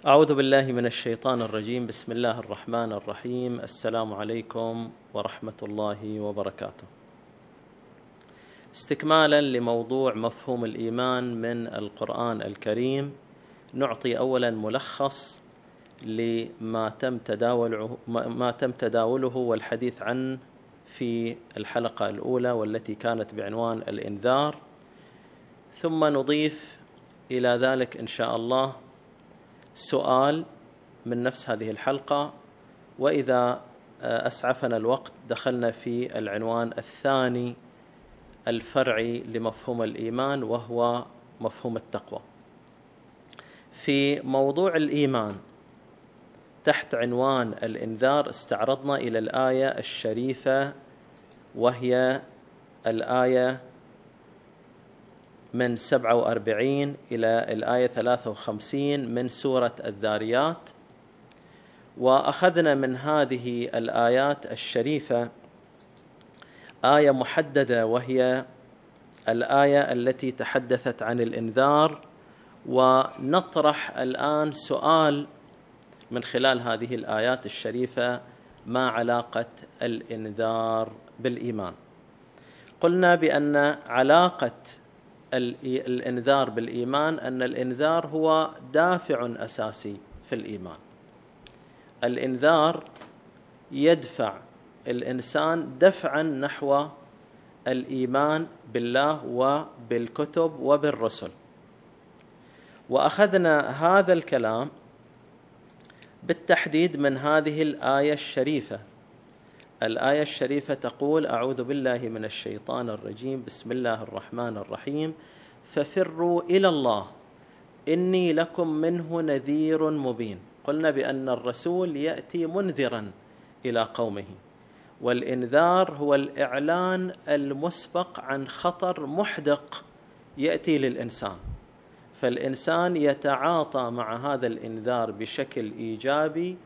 أعوذ بالله من الشيطان الرجيم. بسم الله الرحمن الرحيم. السلام عليكم ورحمة الله وبركاته. استكمالا لموضوع مفهوم الإيمان من القرآن الكريم، نعطي أولا ملخص لما تم تداوله والحديث عنه في الحلقة الأولى والتي كانت بعنوان الإنذار، ثم نضيف إلى ذلك إن شاء الله سؤال من نفس هذه الحلقة، وإذا أسعفنا الوقت دخلنا في العنوان الثاني الفرعي لمفهوم الإيمان وهو مفهوم التقوى. في موضوع الإيمان تحت عنوان الإنذار استعرضنا إلى الآية الشريفة، وهي الآية من 47 إلى الآية 53 من سورة الذاريات، وأخذنا من هذه الآيات الشريفة آية محددة وهي الآية التي تحدثت عن الإنذار، ونطرح الآن سؤال من خلال هذه الآيات الشريفة: ما علاقة الإنذار بالإيمان؟ قلنا بأن علاقة الإنذار بالإيمان أن الإنذار هو دافع أساسي في الإيمان. الإنذار يدفع الإنسان دفعا نحو الإيمان بالله وبالكتب وبالرسل، وأخذنا هذا الكلام بالتحديد من هذه الآية الشريفة. الآية الشريفة تقول: أعوذ بالله من الشيطان الرجيم، بسم الله الرحمن الرحيم، ففروا إلى الله إني لكم منه نذير مبين. قلنا بأن الرسول يأتي منذرا إلى قومه، والإنذار هو الإعلان المسبق عن خطر محدق يأتي للإنسان، فالإنسان يتعاطى مع هذا الإنذار بشكل إيجابي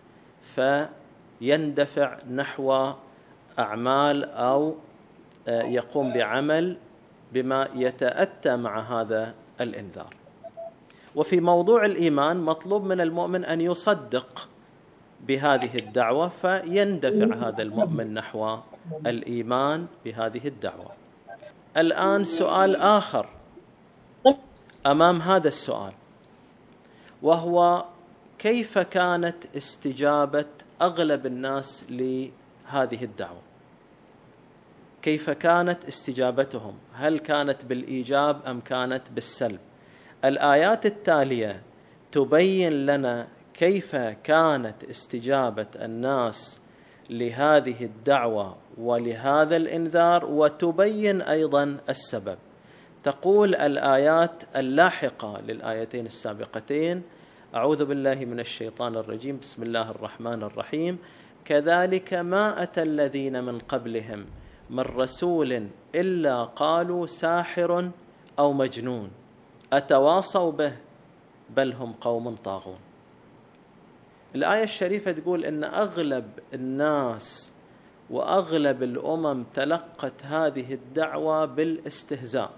فيندفع نحو أعمال أو يقوم بعمل بما يتأتى مع هذا الإنذار. وفي موضوع الإيمان مطلوب من المؤمن أن يصدق بهذه الدعوة فيندفع هذا المؤمن نحو الإيمان بهذه الدعوة. الآن سؤال آخر أمام هذا السؤال، وهو: كيف كانت استجابة أغلب الناس لهذه الدعوة؟ كيف كانت استجابتهم؟ هل كانت بالإيجاب أم كانت بالسلب؟ الآيات التالية تبين لنا كيف كانت استجابة الناس لهذه الدعوة ولهذا الإنذار، وتبين أيضا السبب. تقول الآيات اللاحقة للآيتين السابقتين: أعوذ بالله من الشيطان الرجيم، بسم الله الرحمن الرحيم، كذلك ما أتى الذين من قبلهم من رسول إلا قالوا ساحر أو مجنون أتواصوا به بل هم قوم طاغون. الآية الشريفة تقول إن أغلب الناس وأغلب الأمم تلقت هذه الدعوة بالاستهزاء،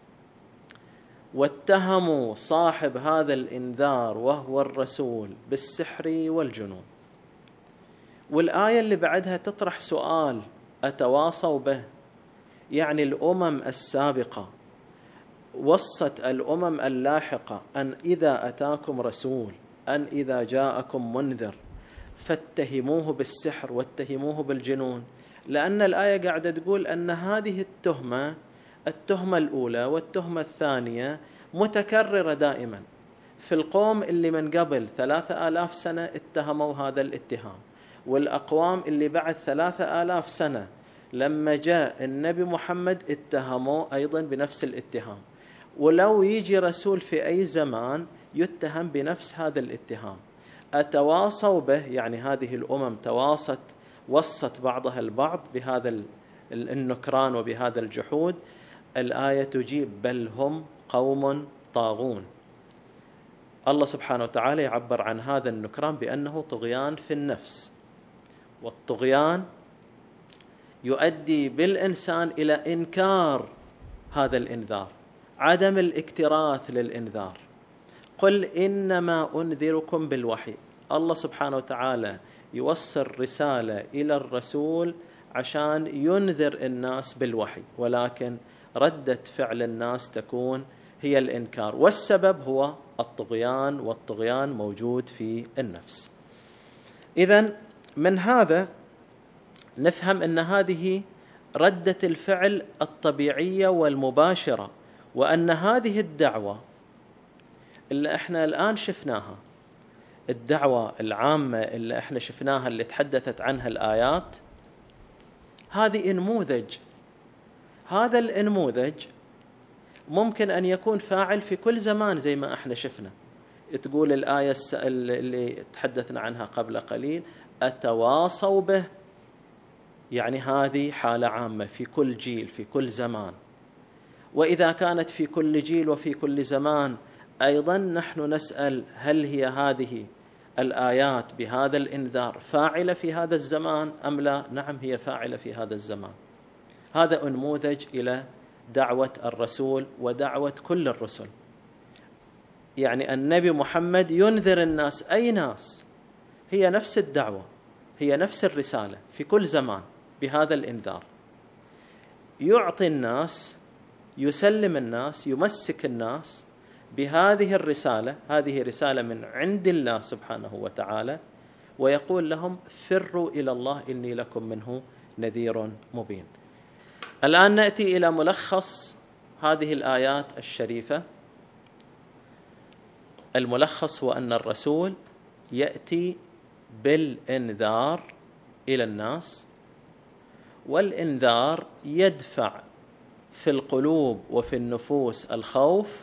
واتهموا صاحب هذا الإنذار وهو الرسول بالسحر والجنون. والآية اللي بعدها تطرح سؤال: أتواصوا به؟ يعني الأمم السابقة وصت الأمم اللاحقة أن إذا أتاكم رسول، أن إذا جاءكم منذر فاتهموه بالسحر واتهموه بالجنون، لأن الآية قاعدة تقول أن هذه التهمة الأولى والتهمة الثانية متكررة دائما في القوم اللي من قبل 3000 سنة اتهموا هذا الاتهام، والأقوام اللي بعد 3000 سنة لما جاء النبي محمد اتهموا أيضا بنفس الاتهام، ولو يجي رسول في أي زمان يتهم بنفس هذا الاتهام. أتواصوا به يعني هذه الأمم وصت بعضها البعض بهذا النكران وبهذا الجحود. الآية تجيب: بل هم قوم طاغون. الله سبحانه وتعالى يعبر عن هذا النكران بأنه طغيان في النفس، والطغيان يؤدي بالإنسان إلى إنكار هذا الإنذار، عدم الاكتراث للإنذار. قل إنما أنذركم بالوحي. الله سبحانه وتعالى يوصل رسالة إلى الرسول عشان ينذر الناس بالوحي، ولكن ردة فعل الناس تكون هي الإنكار، والسبب هو الطغيان، والطغيان موجود في النفس. إذن من هذا نفهم أن هذه ردة الفعل الطبيعية والمباشرة، وأن هذه الدعوة اللي احنا الآن شفناها، الدعوة العامة اللي احنا شفناها اللي تحدثت عنها الآيات، هذه انموذج. هذا الانموذج ممكن أن يكون فاعل في كل زمان زي ما احنا شفنا. تقول الآية اللي تحدثنا عنها قبل قليل أتواصوا به، يعني هذه حالة عامة في كل جيل في كل زمان. وإذا كانت في كل جيل وفي كل زمان، أيضا نحن نسأل هل هي هذه الآيات بهذا الإنذار فاعلة في هذا الزمان أم لا؟ نعم، هي فاعلة في هذا الزمان. هذا نموذج إلى دعوة الرسول ودعوة كل الرسل. يعني النبي محمد ينذر الناس، أي ناس، هي نفس الدعوة، هي نفس الرسالة في كل زمان بهذا الإنذار. يعطي الناس، يسلم الناس، يمسك الناس بهذه الرسالة. هذه رسالة من عند الله سبحانه وتعالى، ويقول لهم فروا إلى الله إني لكم منه نذير مبين. الآن نأتي إلى ملخص هذه الآيات الشريفة. الملخص هو أن الرسول يأتي بالإنذار إلى الناس، والإنذار يدفع في القلوب وفي النفوس الخوف.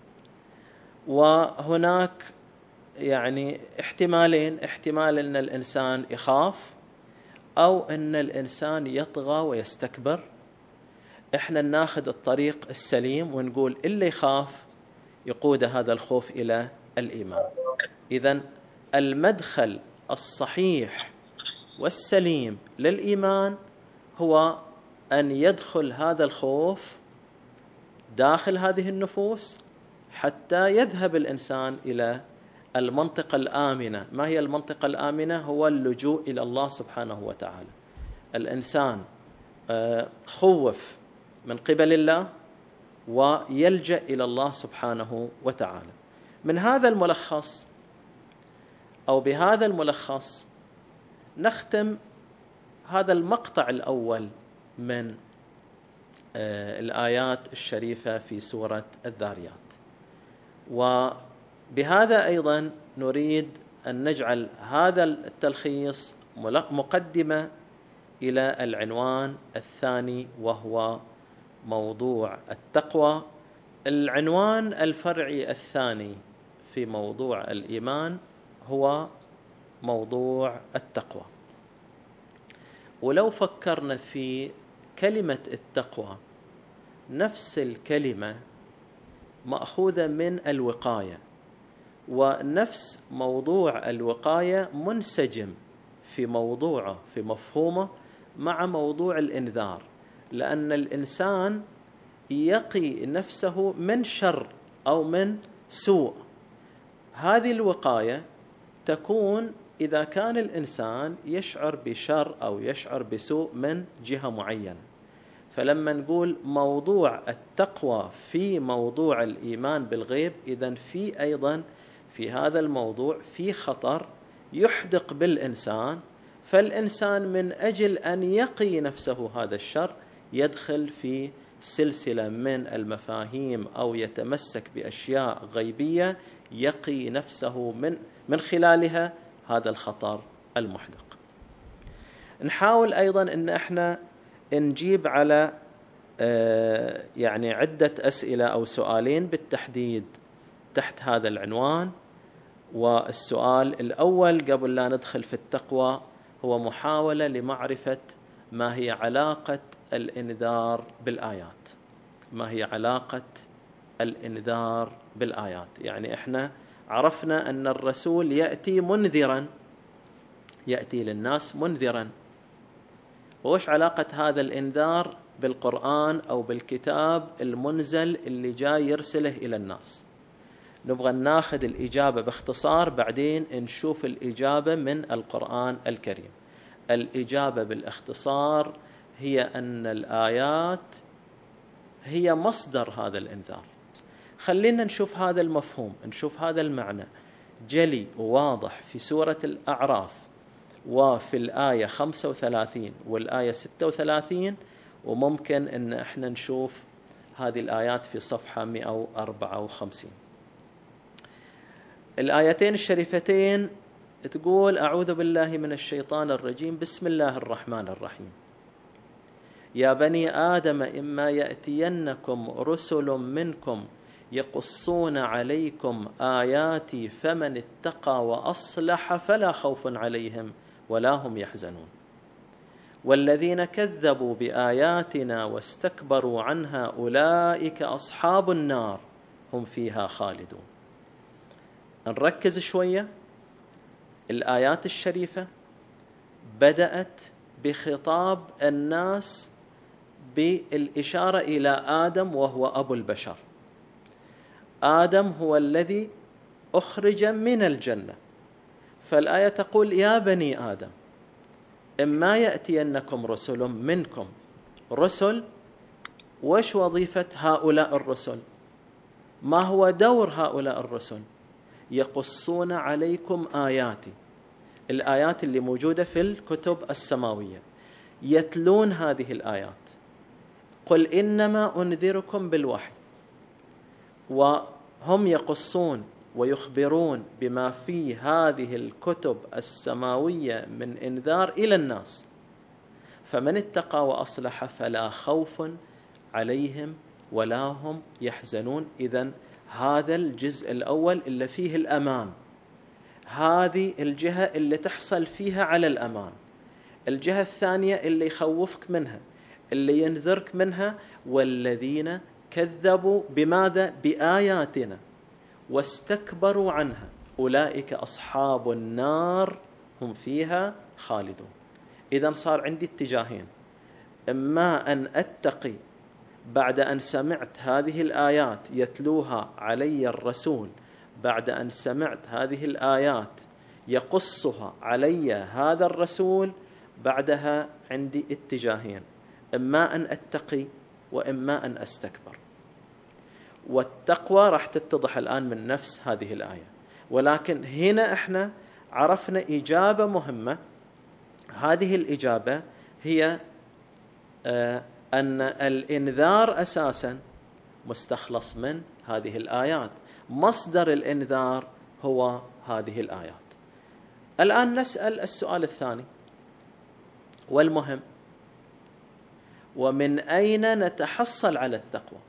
وهناك يعني احتمالين: احتمال أن الإنسان يخاف، أو أن الإنسان يطغى ويستكبر. إحنا ناخذ الطريق السليم ونقول اللي يخاف يقود هذا الخوف إلى الإيمان. إذن المدخل الصحيح والسليم للإيمان هو أن يدخل هذا الخوف داخل هذه النفوس حتى يذهب الإنسان إلى المنطقة الآمنة. ما هي المنطقة الآمنة؟ هو اللجوء إلى الله سبحانه وتعالى. الإنسان خوف من قبل الله ويلجأ إلى الله سبحانه وتعالى. من هذا الملخص أو بهذا الملخص نختم هذا المقطع الأول من الآيات الشريفة في سورة الذاريات. وبهذا أيضا نريد أن نجعل هذا التلخيص مقدمة إلى العنوان الثاني، وهو موضوع التقوى. العنوان الفرعي الثاني في موضوع الإيمان هو موضوع التقوى. ولو فكرنا في كلمة التقوى، نفس الكلمة مأخوذة من الوقاية، ونفس موضوع الوقاية منسجم في موضوعه، في مفهومه، مع موضوع الإنذار، لأن الإنسان يقي نفسه من شر أو من سوء. هذه الوقاية تكون إذا كان الإنسان يشعر بشر أو يشعر بسوء من جهة معينة. فلما نقول موضوع التقوى في موضوع الإيمان بالغيب، إذن في أيضا في هذا الموضوع في خطر يحدق بالإنسان، فالإنسان من أجل أن يقي نفسه هذا الشر يدخل في سلسلة من المفاهيم أو يتمسك بأشياء غيبية يقي نفسه من خلالها هذا الخطر المحدق. نحاول أيضا أن احنا نجيب على يعني عدة أسئلة أو سؤالين بالتحديد تحت هذا العنوان. والسؤال الأول قبل لا ندخل في التقوى هو محاولة لمعرفة ما هي علاقة الإنذار بالآيات. ما هي علاقة الإنذار بالآيات؟ يعني إحنا عرفنا أن الرسول يأتي منذرا، يأتي للناس منذرا. وش علاقة هذا الإنذار بالقرآن أو بالكتاب المنزل اللي جاي يرسله إلى الناس؟ نبغى ناخذ الإجابة باختصار، بعدين نشوف الإجابة من القرآن الكريم. الإجابة بالاختصار هي أن الآيات هي مصدر هذا الإنذار. خلينا نشوف هذا المفهوم، نشوف هذا المعنى جلي وواضح في سورة الأعراف وفي الآية 35 والآية 36، وممكن أن احنا نشوف هذه الآيات في صفحة 154. الآيتين الشريفتين تقول: أعوذ بالله من الشيطان الرجيم، بسم الله الرحمن الرحيم. يا بني آدم إما يأتينكم رسل منكم يقصون عليكم آياتي فمن اتقى وأصلح فلا خوف عليهم ولا هم يحزنون والذين كذبوا بآياتنا واستكبروا عنها أولئك أصحاب النار هم فيها خالدون. نركز شوية. الآيات الشريفة بدأت بخطاب الناس بالإشارة إلى آدم وهو أبو البشر. آدم هو الذي أخرج من الجنة، فالآية تقول: يا بني آدم إما يأتينكم رسل منكم. رسل، وش وظيفة هؤلاء الرسل؟ ما هو دور هؤلاء الرسل؟ يقصون عليكم آياتي، الآيات اللي موجودة في الكتب السماوية، يتلون هذه الآيات. قل إنما أنذركم بالوحي، وهم يقصون ويخبرون بما في هذه الكتب السماوية من إنذار إلى الناس. فمن اتقى وأصلح فلا خوف عليهم ولا هم يحزنون. إذن هذا الجزء الأول اللي فيه الأمان، هذه الجهة اللي تحصل فيها على الأمان. الجهة الثانية اللي يخوفك منها، اللي ينذرك منها: والذين كذبوا بماذا؟ بآياتنا واستكبروا عنها أولئك أصحاب النار هم فيها خالدون. إذن صار عندي اتجاهين: إما أن أتقي بعد أن سمعت هذه الآيات يتلوها علي الرسول، بعد أن سمعت هذه الآيات يقصها علي هذا الرسول، بعدها عندي اتجاهين: إما أن أتقي وإما أن أستكبر. والتقوى راح تتضح الآن من نفس هذه الآية، ولكن هنا احنا عرفنا إجابة مهمة. هذه الإجابة هي أن الإنذار أساسا مستخلص من هذه الآيات، مصدر الإنذار هو هذه الآيات. الآن نسأل السؤال الثاني والمهم: ومن أين نتحصل على التقوى؟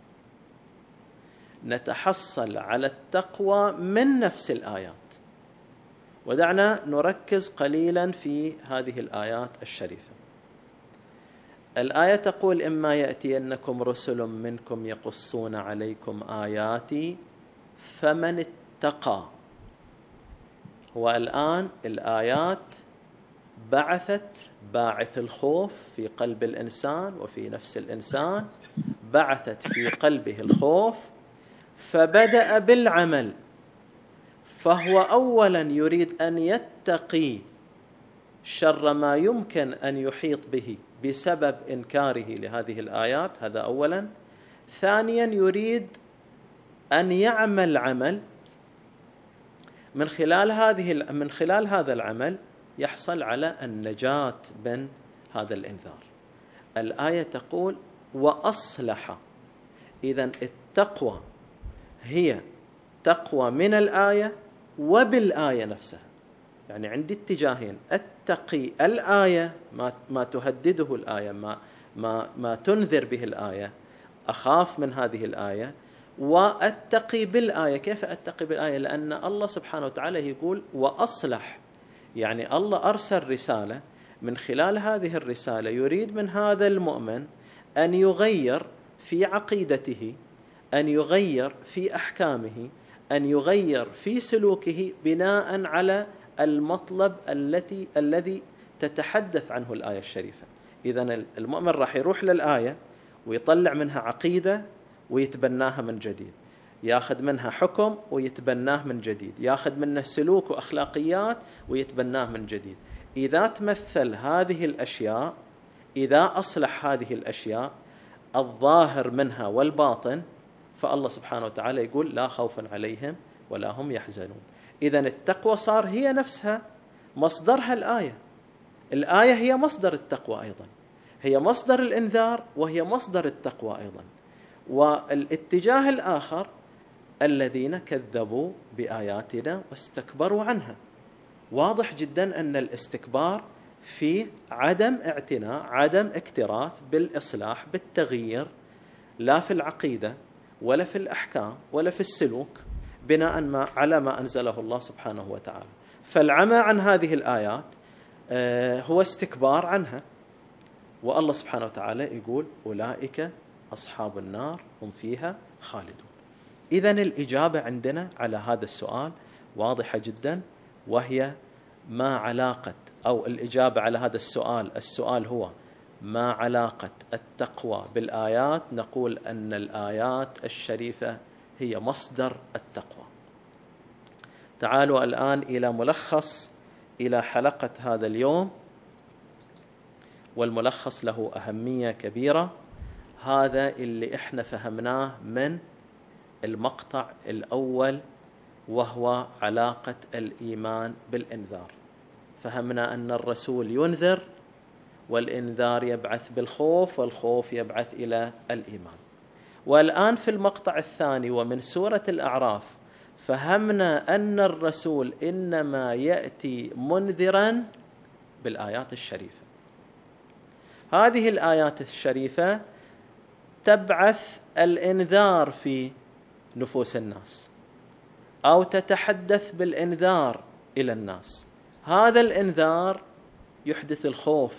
نتحصل على التقوى من نفس الآيات. ودعنا نركز قليلا في هذه الآيات الشريفة. الآية تقول: إما يأتينكم رسل منكم يقصون عليكم آياتي فمن اتقى. هو الآن الآيات بعثت باعث الخوف في قلب الإنسان وفي نفس الإنسان، بعثت في قلبه الخوف فبدأ بالعمل. فهو أولا يريد أن يتقي شر ما يمكن أن يحيط به بسبب إنكاره لهذه الآيات، هذا أولا. ثانيا يريد أن يعمل عمل من خلال هذا العمل يحصل على النجاة من هذا الإنذار. الآية تقول: وأصلح. إذن التقوى هي تقوى من الآية وبالآية نفسها. يعني عندي اتجاهين: أتقي الآية، ما تهدده الآية، ما تنذر به الآية، أخاف من هذه الآية، وأتقي بالآية. كيف أتقي بالآية؟ لأن الله سبحانه وتعالى يقول: وأصلح، يعني الله أرسل رسالة، من خلال هذه الرسالة يريد من هذا المؤمن أن يغير في عقيدته، أن يغير في أحكامه، أن يغير في سلوكه بناء على المطلب الذي تتحدث عنه الآية الشريفة. إذن المؤمن راح يروح للآية ويطلع منها عقيدة ويتبناها من جديد، ياخذ منها حكم ويتبناه من جديد، ياخذ منه سلوك وأخلاقيات ويتبناه من جديد. إذا تمثل هذه الأشياء، إذا أصلح هذه الأشياء الظاهر منها والباطن، فالله سبحانه وتعالى يقول لا خوف عليهم ولا هم يحزنون. إذن التقوى صار هي نفسها مصدرها الآية. الآية هي مصدر التقوى أيضا، هي مصدر الإنذار وهي مصدر التقوى أيضا. والاتجاه الآخر الذين كذبوا بآياتنا واستكبروا عنها. واضح جدا أن الاستكبار في عدم اعتناء، عدم اكتراث بالإصلاح، بالتغيير، لا في العقيدة ولا في الأحكام ولا في السلوك، بناء على ما أنزله الله سبحانه وتعالى. فالعمى عن هذه الآيات هو استكبار عنها. والله سبحانه وتعالى يقول أولئك أصحاب النار هم فيها خالدون. إذن الإجابة عندنا على هذا السؤال واضحة جدا، وهي ما علاقة، أو الإجابة على هذا السؤال هو ما علاقة التقوى بالآيات؟ نقول أن الآيات الشريفة هي مصدر التقوى. تعالوا الآن إلى ملخص، إلى حلقة هذا اليوم، والملخص له أهمية كبيرة. هذا اللي إحنا فهمناه من المقطع الأول، وهو علاقة الإيمان بالإنذار. فهمنا أن الرسول ينذر، والإنذار يبعث بالخوف، والخوف يبعث إلى الإيمان. والآن في المقطع الثاني ومن سورة الأعراف فهمنا أن الرسول إنما يأتي منذرا بالآيات الشريفة. هذه الآيات الشريفة تبعث الإنذار في نفوس الناس، أو تتحدث بالإنذار إلى الناس. هذا الإنذار يحدث الخوف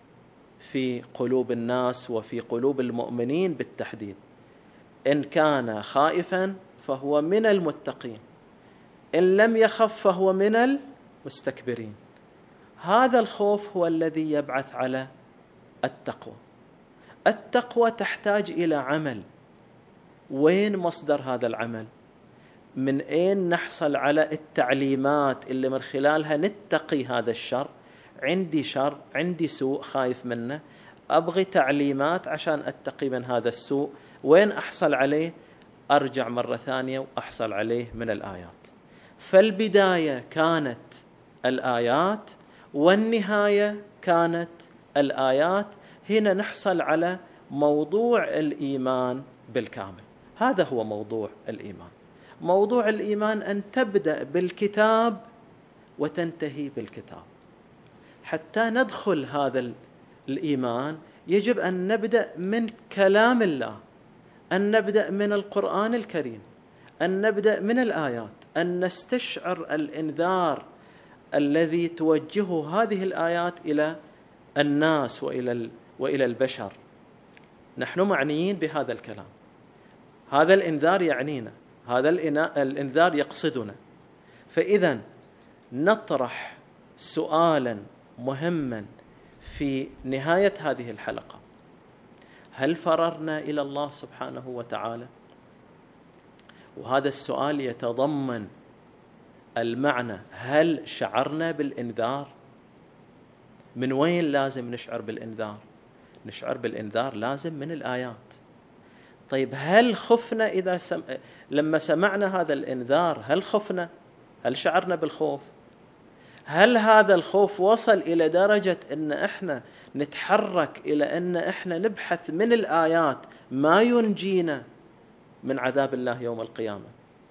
في قلوب الناس وفي قلوب المؤمنين بالتحديد. إن كان خائفا فهو من المتقين، إن لم يخف فهو من المستكبرين. هذا الخوف هو الذي يبعث على التقوى. التقوى تحتاج إلى عمل. وين مصدر هذا العمل؟ من أين نحصل على التعليمات اللي من خلالها نتقي هذا الشر؟ عندي شر، عندي سوء خايف منه، أبغي تعليمات عشان أتقي من هذا السوء. وين أحصل عليه؟ أرجع مرة ثانية وأحصل عليه من الآيات. فالبداية كانت الآيات، والنهاية كانت الآيات. هنا نحصل على موضوع الإيمان بالكامل. هذا هو موضوع الإيمان. موضوع الإيمان أن تبدأ بالكتاب وتنتهي بالكتاب. حتى ندخل هذا الإيمان يجب أن نبدأ من كلام الله، أن نبدأ من القرآن الكريم، أن نبدأ من الآيات، أن نستشعر الإنذار الذي توجهه هذه الآيات إلى الناس وإلى البشر. نحن معنيين بهذا الكلام، هذا الإنذار يعنينا، هذا الإنذار يقصدنا. فإذا نطرح سؤالا مهما في نهاية هذه الحلقة: هل فررنا إلى الله سبحانه وتعالى؟ وهذا السؤال يتضمن المعنى: هل شعرنا بالإنذار؟ من وين لازم نشعر بالإنذار؟ نشعر بالإنذار لازم من الآيات. طيب هل خفنا لما سمعنا هذا الإنذار؟ هل خفنا؟ هل شعرنا بالخوف؟ هل هذا الخوف وصل إلى درجة أن إحنا نتحرك إلى أن إحنا نبحث من الآيات ما ينجينا من عذاب الله يوم القيامة؟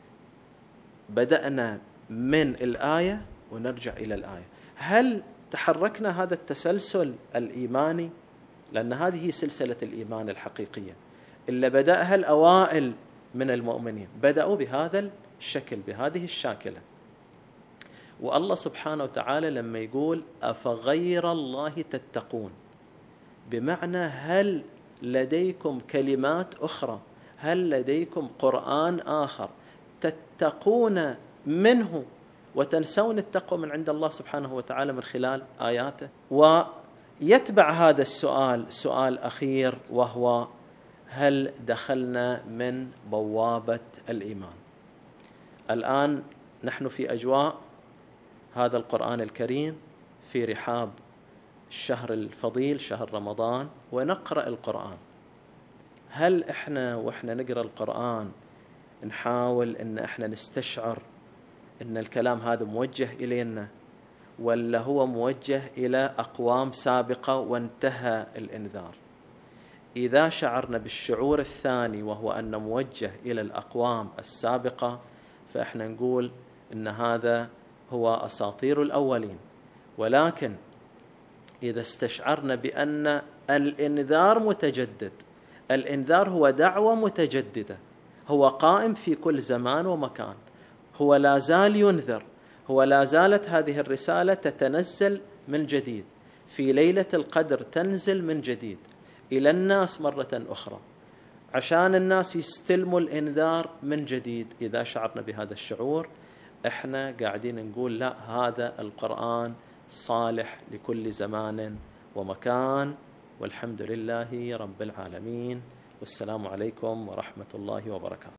بدأنا من الآية ونرجع إلى الآية. هل تحركنا هذا التسلسل الإيماني؟ لأن هذه سلسلة الإيمان الحقيقية اللي بدأها الأوائل من المؤمنين، بدأوا بهذا الشكل، بهذه الشاكلة. والله سبحانه وتعالى لما يقول أفغير الله تتقون، بمعنى هل لديكم كلمات أخرى، هل لديكم قرآن آخر تتقون منه وتنسون التقوى من عند الله سبحانه وتعالى من خلال آياته؟ ويتبع هذا السؤال سؤال أخير، وهو هل دخلنا من بوابة الإيمان؟ الآن نحن في أجواء هذا القرآن الكريم، في رحاب الشهر الفضيل شهر رمضان، ونقرأ القرآن. هل إحنا وإحنا نقرأ القرآن نحاول إن إحنا نستشعر إن الكلام هذا موجه إلينا، ولا هو موجه إلى أقوام سابقة وانتهى الإنذار؟ إذا شعرنا بالشعور الثاني وهو أن موجه إلى الأقوام السابقة، فإحنا نقول إن هذا هو أساطير الأولين. ولكن إذا استشعرنا بأن الإنذار متجدد، الإنذار هو دعوة متجددة، هو قائم في كل زمان ومكان، هو لا زال ينذر، هو لا زالت هذه الرسالة تتنزل من جديد، في ليلة القدر تنزل من جديد إلى الناس مرة أخرى، عشان الناس يستلموا الإنذار من جديد. إذا شعرنا بهذا الشعور، إحنا قاعدين نقول لا، هذا القرآن صالح لكل زمان ومكان، والحمد لله رب العالمين، والسلام عليكم ورحمة الله وبركاته.